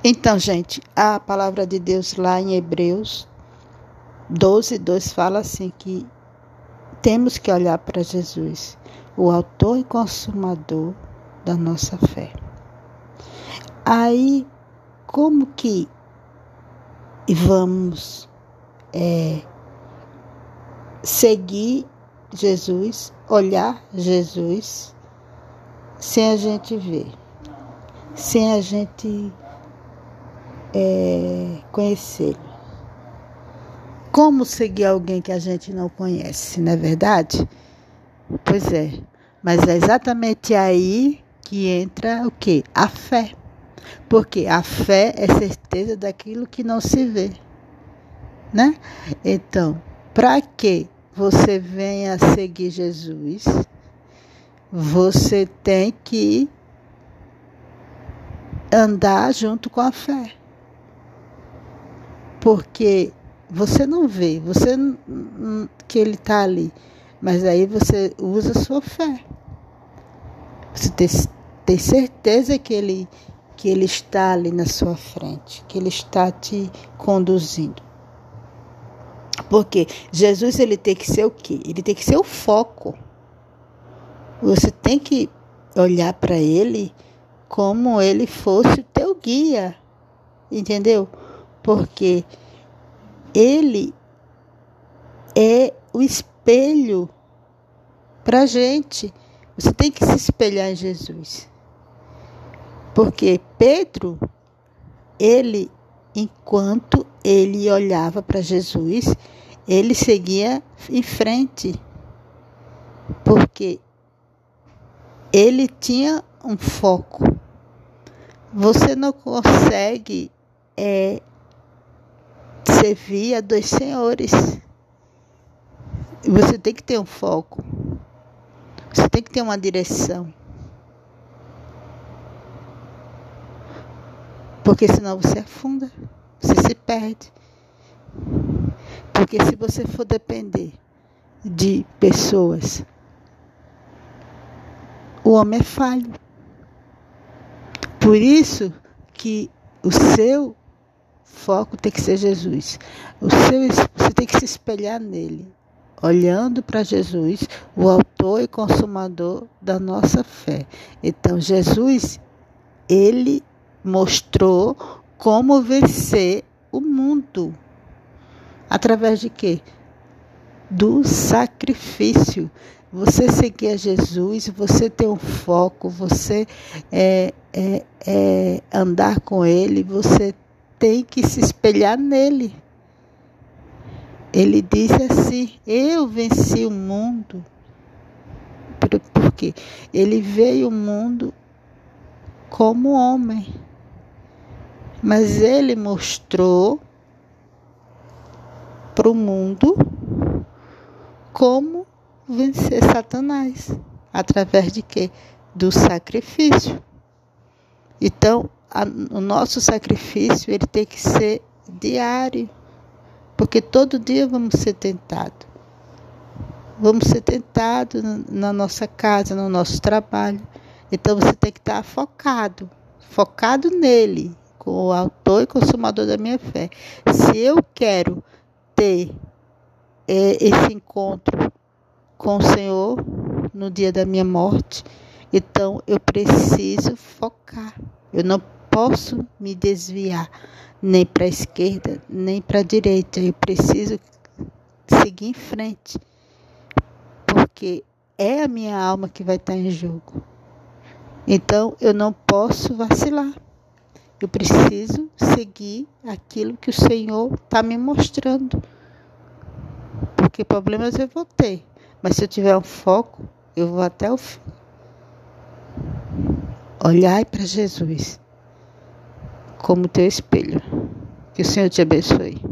Então, gente, a palavra de Deus lá em Hebreus 12:2 fala assim que temos que olhar para Jesus, o autor e consumador da nossa fé. Aí, como que vamos seguir Jesus, olhar Jesus, sem a gente ver, sem a gente conhecê-lo? Como seguir alguém que a gente não conhece, não é verdade? Pois é, mas é exatamente aí que entra o quê? A fé. Porque a fé é certeza daquilo que não se vê, né? Então, para que você venha seguir Jesus, você tem que andar junto com a fé. Porque você não vê, você que ele está ali, mas aí você usa a sua fé. Você tem certeza que ele está ali na sua frente, que ele está te conduzindo. Porque Jesus, ele tem que ser o quê? Ele tem que ser o foco. Você tem que olhar para ele como ele fosse o teu guia, entendeu? Porque ele é o espelho para a gente. Você tem que se espelhar em Jesus. Porque Pedro, enquanto ele olhava para Jesus, ele seguia em frente. Porque ele tinha um foco. Você não consegue servir a dois senhores. Você tem que ter um foco. Você tem que ter uma direção. Porque senão você afunda, você se perde. Porque se você for depender de pessoas, o homem é falho. Por isso que o seu foco tem que ser Jesus. Você tem que se espelhar nele, olhando para Jesus, o autor e consumador da nossa fé. Então, Jesus, ele mostrou como vencer o mundo. Através de quê? Do sacrifício. Você seguir a Jesus, você ter um foco, você andar com ele, você tem que se espelhar nele. Ele disse assim: eu venci o mundo. Por quê? Ele veio ao mundo como homem. Mas ele mostrou para o mundo como vencer Satanás. Através de quê? Do sacrifício. Então, o nosso sacrifício ele tem que ser diário. Porque todo dia vamos ser tentados. Vamos ser tentados na nossa casa, no nosso trabalho. Então, você tem que estar focado nele, com o autor e consumador da minha fé. Se eu quero ter esse encontro com o Senhor no dia da minha morte, então eu preciso focar. Eu não posso me desviar nem para a esquerda, nem para a direita. Eu preciso seguir em frente, porque é a minha alma que vai estar em jogo. Então, eu não posso vacilar. Eu preciso seguir aquilo que o Senhor está me mostrando. Porque problemas eu vou ter. Mas se eu tiver um foco, eu vou até o fim. Olhai para Jesus como teu espelho. Que o Senhor te abençoe.